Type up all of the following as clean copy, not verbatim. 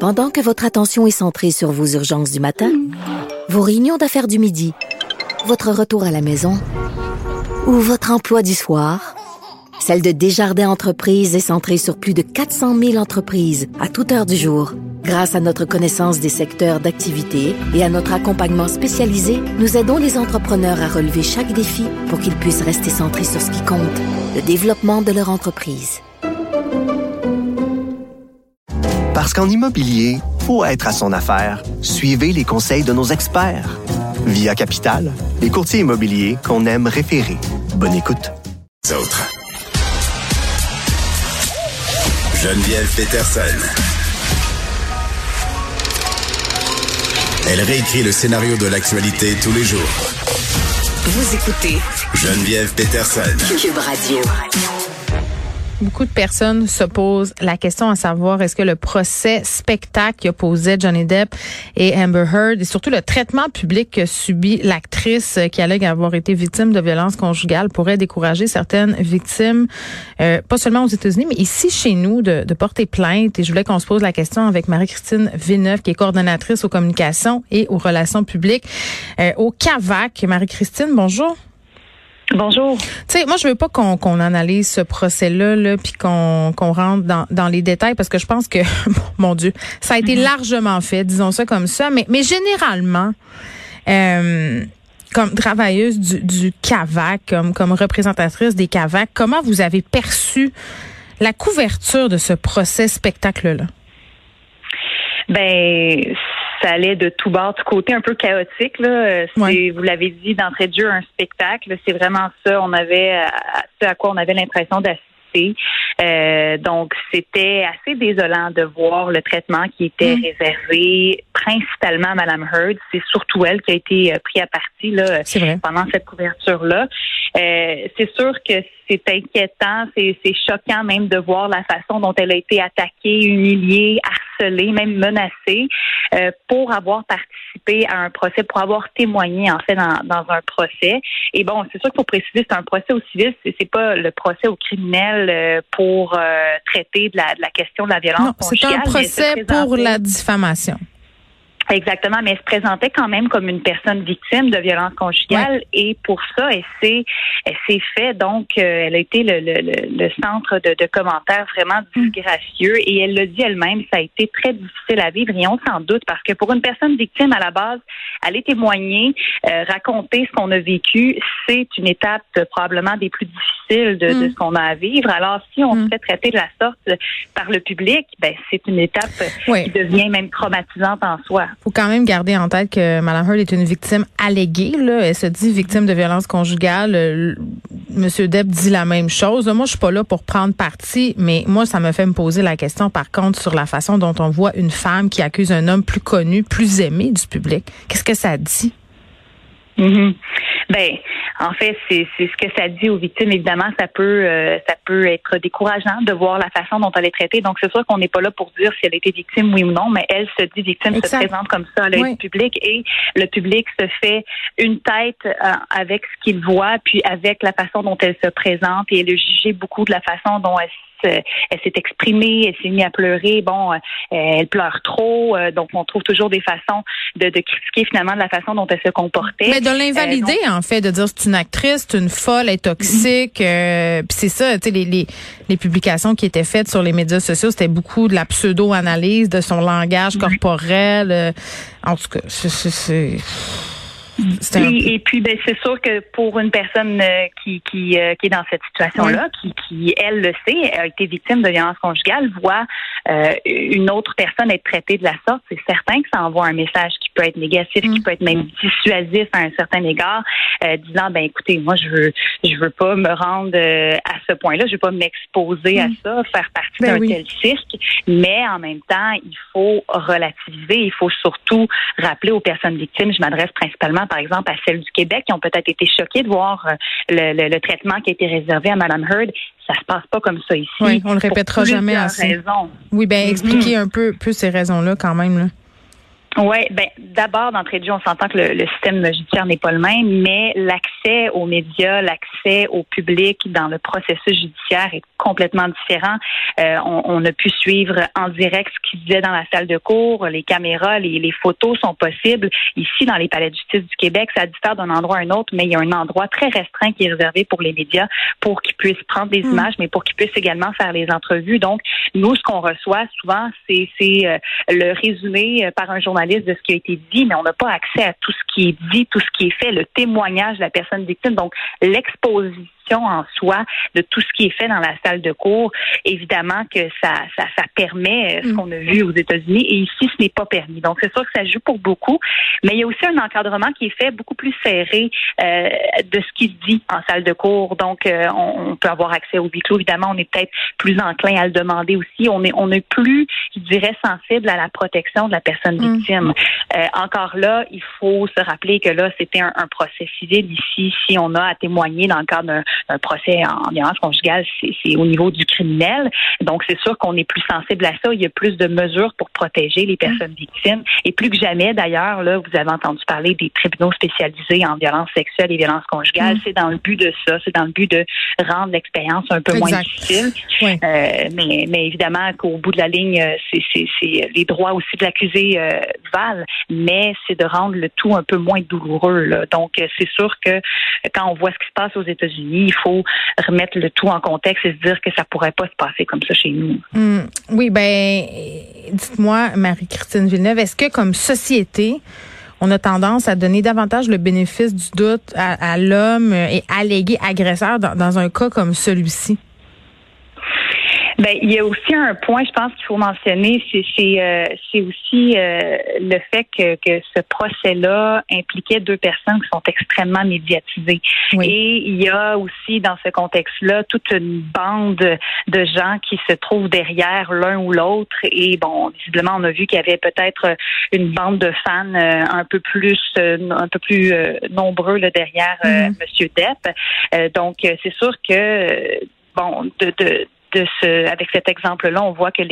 Pendant que votre attention est centrée sur vos urgences du matin, vos réunions d'affaires du midi, votre retour à la maison ou votre emploi du soir, celle de Desjardins Entreprises est centrée sur plus de 400 000 entreprises à toute heure du jour. Grâce à notre connaissance des secteurs d'activité et à notre accompagnement spécialisé, nous aidons les entrepreneurs à relever chaque défi pour qu'ils puissent rester centrés sur ce qui compte, le développement de leur entreprise. Parce qu'en immobilier, faut être à son affaire. Suivez les conseils de nos experts. Via Capital, les courtiers immobiliers qu'on aime référer. Bonne écoute. Autres. Geneviève Peterson. Elle réécrit le scénario de l'actualité tous les jours. Vous écoutez Geneviève Peterson. Cube Radio. Beaucoup de personnes se posent la question à savoir est-ce que le procès spectacle qui opposait Johnny Depp et Amber Heard et surtout le traitement public que subit l'actrice qui allègue avoir été victime de violences conjugales pourrait décourager certaines victimes, pas seulement aux États-Unis, mais ici chez nous, de porter plainte. Et je voulais qu'on se pose la question avec Marie-Christine Villeneuve, qui est coordonnatrice aux communications et aux relations publiques au CAVAC. Marie-Christine, bonjour. Bonjour. Tu sais, moi je veux pas qu'on analyse ce procès-là puis qu'on rentre dans les détails parce que je pense que mon Dieu, ça a été largement fait, disons ça comme ça, mais généralement comme travailleuse du CAVAC, comme représentatrice des CAVAC, comment vous avez perçu la couverture de ce procès spectacle-là? Ben, ça allait de tout bord, du côté un peu chaotique, là. Vous l'avez dit d'entrée de jeu, un spectacle. C'est vraiment ça. On avait ce à quoi on avait l'impression d'assister. Donc, c'était assez désolant de voir le traitement qui était réservé principalement à Mme Heard. C'est surtout elle qui a été prise à partie là pendant cette couverture-là. C'est sûr que c'est inquiétant, c'est choquant même de voir la façon dont elle a été attaquée, humiliée, harcelée, même menacée pour avoir participé à un procès, pour avoir témoigné en fait dans un procès. Et bon, c'est sûr qu'il faut préciser, c'est un procès au civil, c'est pas le procès au criminel pour traiter de la question de la violence conjugale. C'est un procès pour la diffamation. Exactement, mais elle se présentait quand même comme une personne victime de violence conjugale et pour ça, elle s'est fait donc, elle a été le centre de commentaires vraiment disgracieux et elle l'a dit elle-même, ça a été très difficile à vivre et on s'en doute parce que pour une personne victime à la base, aller témoigner, raconter ce qu'on a vécu, c'est une étape probablement des plus difficiles de ce qu'on a à vivre. Alors si on se fait traiter de la sorte par le public, ben c'est une étape qui devient même traumatisante en soi. Faut quand même garder en tête que Mme Heard est une victime alléguée. Là. Elle se dit victime de violence conjugale. Monsieur Depp dit la même chose. Moi, je suis pas là pour prendre parti, mais moi, ça me fait me poser la question, par contre, sur la façon dont on voit une femme qui accuse un homme plus connu, plus aimé du public. Qu'est-ce que ça dit? Ben, en fait, c'est ce que ça dit aux victimes. Évidemment, ça peut être décourageant de voir la façon dont elle est traitée. Donc, c'est sûr qu'on n'est pas là pour dire si elle a été victime, oui ou non, mais elle se dit victime, se présente comme ça à l'œil du public et le public se fait une tête avec ce qu'il voit, puis avec la façon dont elle se présente et elle a jugé beaucoup de la façon dont elle s'est exprimée, elle s'est mise à pleurer. Bon, elle pleure trop. Donc, on trouve toujours des façons de critiquer finalement de la façon dont elle se comportait. Mais de l'invalider, en fait, de dire c'est une actrice, c'est une folle, elle est toxique. Puis c'est ça, tu sais, les publications qui étaient faites sur les médias sociaux, c'était beaucoup de la pseudo-analyse de son langage corporel. En tout cas, c'est Et puis, ben, c'est sûr que pour une personne qui est dans cette situation-là, qui elle le sait, a été victime de violence conjugale, voit une autre personne être traitée de la sorte, c'est certain que ça envoie un message qui peut être négatif, qui peut être même dissuasif à un certain égard, disant ben écoutez, moi je veux pas me rendre à ce point-là, je veux pas m'exposer à ça, faire partie d'un tel cirque, mais en même temps, il faut relativiser, il faut surtout rappeler aux personnes victimes, je m'adresse principalement par exemple à celles du Québec qui ont peut-être été choquées de voir le traitement qui a été réservé à Mme Heard. Ça se passe pas comme ça ici. Oui, on le répétera jamais assez. Raisons. Oui, ben expliquez un peu ces raisons-là quand même. Là. Oui, d'abord, d'entrée de jeu, on s'entend que le système judiciaire n'est pas le même, mais l'accès aux médias, l'accès au public dans le processus judiciaire est complètement différent. On a pu suivre en direct ce qui se disait dans la salle de cour, les caméras, les photos sont possibles. Ici, dans les palais de justice du Québec, ça diffère d'un endroit à un autre, mais il y a un endroit très restreint qui est réservé pour les médias, pour qu'ils puissent prendre des images, mais pour qu'ils puissent également faire les entrevues. Donc, nous, ce qu'on reçoit souvent, c'est le résumé par un journaliste de ce qui a été dit, mais on n'a pas accès à tout ce qui est dit, tout ce qui est fait, le témoignage de la personne victime. Donc, l'exposition en soi de tout ce qui est fait dans la salle de cour, évidemment que ça permet ce qu'on a vu aux États-Unis et ici, ce n'est pas permis. Donc, c'est sûr que ça joue pour beaucoup, mais il y a aussi un encadrement qui est fait beaucoup plus serré de ce qui se dit en salle de cour. Donc, on peut avoir accès au huis clos. Évidemment, on est peut-être plus enclin à le demander aussi. On est plus, je dirais, sensible à la protection de la personne victime. Encore là, il faut se rappeler que là, c'était un procès civil. Ici, si on a à témoigner dans le cadre d'un procès en violence conjugale, c'est au niveau du criminel. Donc, c'est sûr qu'on est plus sensible à ça. Il y a plus de mesures pour protéger les personnes victimes. Et plus que jamais, d'ailleurs, là, vous avez entendu parler des tribunaux spécialisés en violence sexuelle et violence conjugale. C'est dans le but de ça. C'est dans le but de rendre l'expérience un peu moins difficile. Oui. Mais évidemment qu'au bout de la ligne, c'est les droits aussi de l'accusé valent, mais c'est de rendre le tout un peu moins douloureux, là. Donc, c'est sûr que quand on voit ce qui se passe aux États-Unis, il faut remettre le tout en contexte et se dire que ça pourrait pas se passer comme ça chez nous. Oui, dites-moi, Marie-Christine Villeneuve, est-ce que comme société, on a tendance à donner davantage le bénéfice du doute à l'homme et allégué agresseur dans un cas comme celui-ci? Il y a aussi un point, je pense qu'il faut mentionner, c'est aussi le fait que ce procès-là impliquait deux personnes qui sont extrêmement médiatisées. Oui. Et il y a aussi dans ce contexte-là toute une bande de gens qui se trouvent derrière l'un ou l'autre. Et bon, visiblement, on a vu qu'il y avait peut-être une bande de fans un peu plus nombreux là, derrière Monsieur Depp. Donc, c'est sûr que avec cet exemple-là, on voit que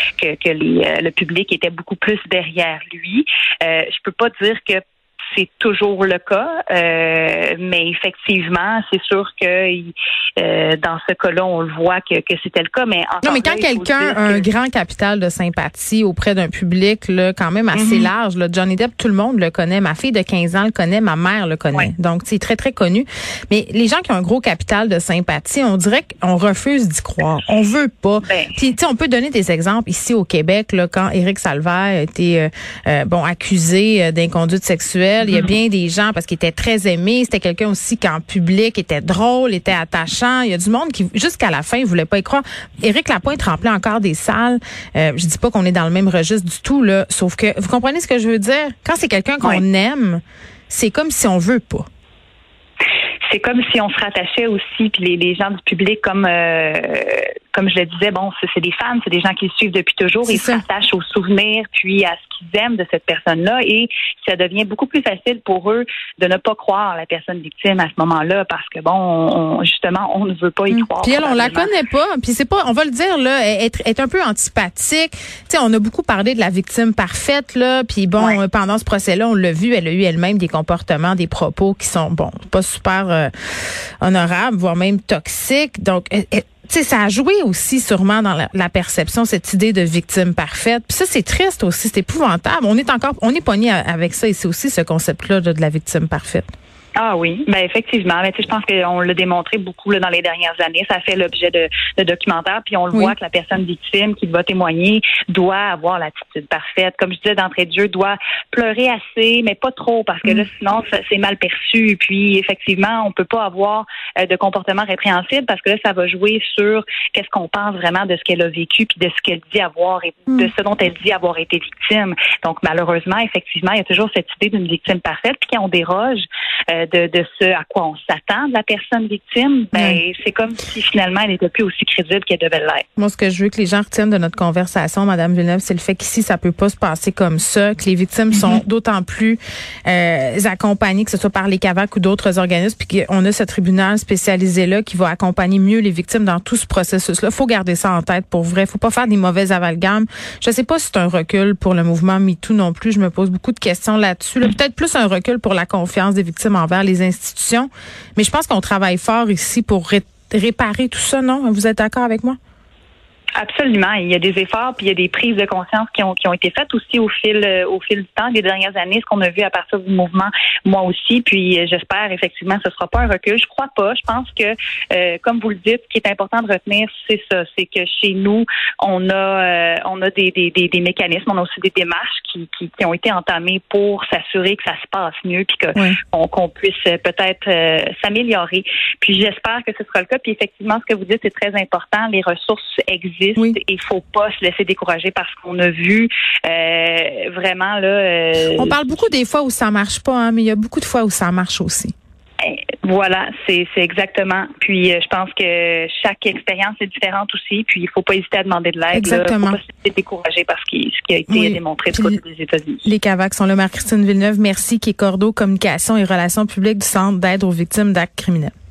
le public était beaucoup plus derrière lui. Je peux pas dire que c'est toujours le cas, mais effectivement, c'est sûr que dans ce cas-là, on le voit que c'était le cas. Mais non, mais quand quelqu'un a un grand capital de sympathie auprès d'un public là, quand même assez large, là, Johnny Depp, tout le monde le connaît. Ma fille de 15 ans le connaît, ma mère le connaît. Ouais. Donc, c'est très, très connu. Mais les gens qui ont un gros capital de sympathie, on dirait qu'on refuse d'y croire. On veut pas. Puis, tu sais, on peut donner des exemples ici au Québec, là, quand Éric Salvaire a été accusé d'inconduite sexuelle. Il y a bien des gens, parce qu'il était très aimé, c'était quelqu'un aussi qui en public était drôle, était attachant. Il y a du monde qui, jusqu'à la fin, ne voulait pas y croire. Éric Lapointe remplait encore des salles. Je dis pas qu'on est dans le même registre du tout, là, sauf que, vous comprenez ce que je veux dire? Quand c'est quelqu'un qu'on aime, c'est comme si on veut pas. C'est comme si on se rattachait aussi, puis les gens du public, comme je le disais, bon, c'est des fans, c'est des gens qui le suivent depuis toujours, ils se rattachent aux souvenirs, puis à ce qu'ils aiment de cette personne-là, et ça devient beaucoup plus facile pour eux de ne pas croire la personne victime à ce moment-là, parce que bon, justement, on ne veut pas y croire. Puis elle, on la connaît pas, puis c'est pas, on va le dire là, être un peu antipathique. Tu sais, on a beaucoup parlé de la victime parfaite là, puis bon, pendant ce procès-là, on l'a vu, elle a eu elle-même des comportements, des propos qui sont pas super honorables, voire même toxiques. Donc tu sais, ça a joué aussi sûrement dans la perception, cette idée de victime parfaite. Puis ça, c'est triste aussi, c'est épouvantable. On est pogné avec ça, et c'est aussi ce concept-là de la victime parfaite. Ah oui, effectivement. Mais je pense qu'on l'a démontré beaucoup là, dans les dernières années. Ça fait l'objet de documentaires, puis on le voit que la personne victime qui va témoigner doit avoir l'attitude parfaite. Comme je disais d'entrée de jeu, doit pleurer assez, mais pas trop, parce que là, sinon, c'est mal perçu. Puis effectivement, on peut pas avoir de comportement répréhensible, parce que là, ça va jouer sur qu'est-ce qu'on pense vraiment de ce qu'elle a vécu, puis de ce qu'elle dit avoir et de ce dont elle dit avoir été victime. Donc malheureusement, effectivement, il y a toujours cette idée d'une victime parfaite. Puis quand on déroge de ce à quoi on s'attend de la personne victime, c'est comme si finalement elle n'était plus aussi crédible qu'elle devait l'être. Moi, ce que je veux que les gens retiennent de notre conversation, Madame Villeneuve, c'est le fait qu'ici, ça peut pas se passer comme ça, que les victimes sont d'autant plus accompagnées, que ce soit par les CAVAC ou d'autres organismes, puis qu'on a ce tribunal spécialisé-là qui va accompagner mieux les victimes dans tout ce processus-là. Faut garder ça en tête pour vrai. Faut pas faire des mauvais amalgames. Je sais pas si c'est un recul pour le mouvement MeToo non plus. Je me pose beaucoup de questions là-dessus. Peut-être plus un recul pour la confiance des victimes envers les institutions. Mais je pense qu'on travaille fort ici pour réparer tout ça, non? Vous êtes d'accord avec moi? Absolument. Il y a des efforts, puis il y a des prises de conscience qui ont été faites aussi au fil du temps des dernières années, ce qu'on a vu à partir du mouvement, moi aussi. Puis j'espère effectivement que ce sera pas un recul. Je crois pas. Je pense que, comme vous le dites, ce qui est important de retenir, c'est ça, c'est que chez nous, on a des mécanismes, on a aussi des démarches qui ont été entamées pour s'assurer que ça se passe mieux, puis qu'on puisse peut-être s'améliorer. Puis j'espère que ce sera le cas. Puis effectivement, ce que vous dites, c'est très important. Les ressources existent. Oui. Il faut pas se laisser décourager parce qu'on a vu vraiment là. On parle beaucoup des fois où ça marche pas, hein, mais il y a beaucoup de fois où ça marche aussi. Voilà, c'est exactement. Puis je pense que chaque expérience est différente aussi. Puis il faut pas hésiter à demander de l'aide. Exactement. Faut pas se laisser décourager parce ce qui a été démontré du côté des États-Unis. Les CAVAC sont là. Marie-Christine Villeneuve, merci, qui est Cordeau Communication et Relations publiques du Centre d'aide aux victimes d'actes criminels.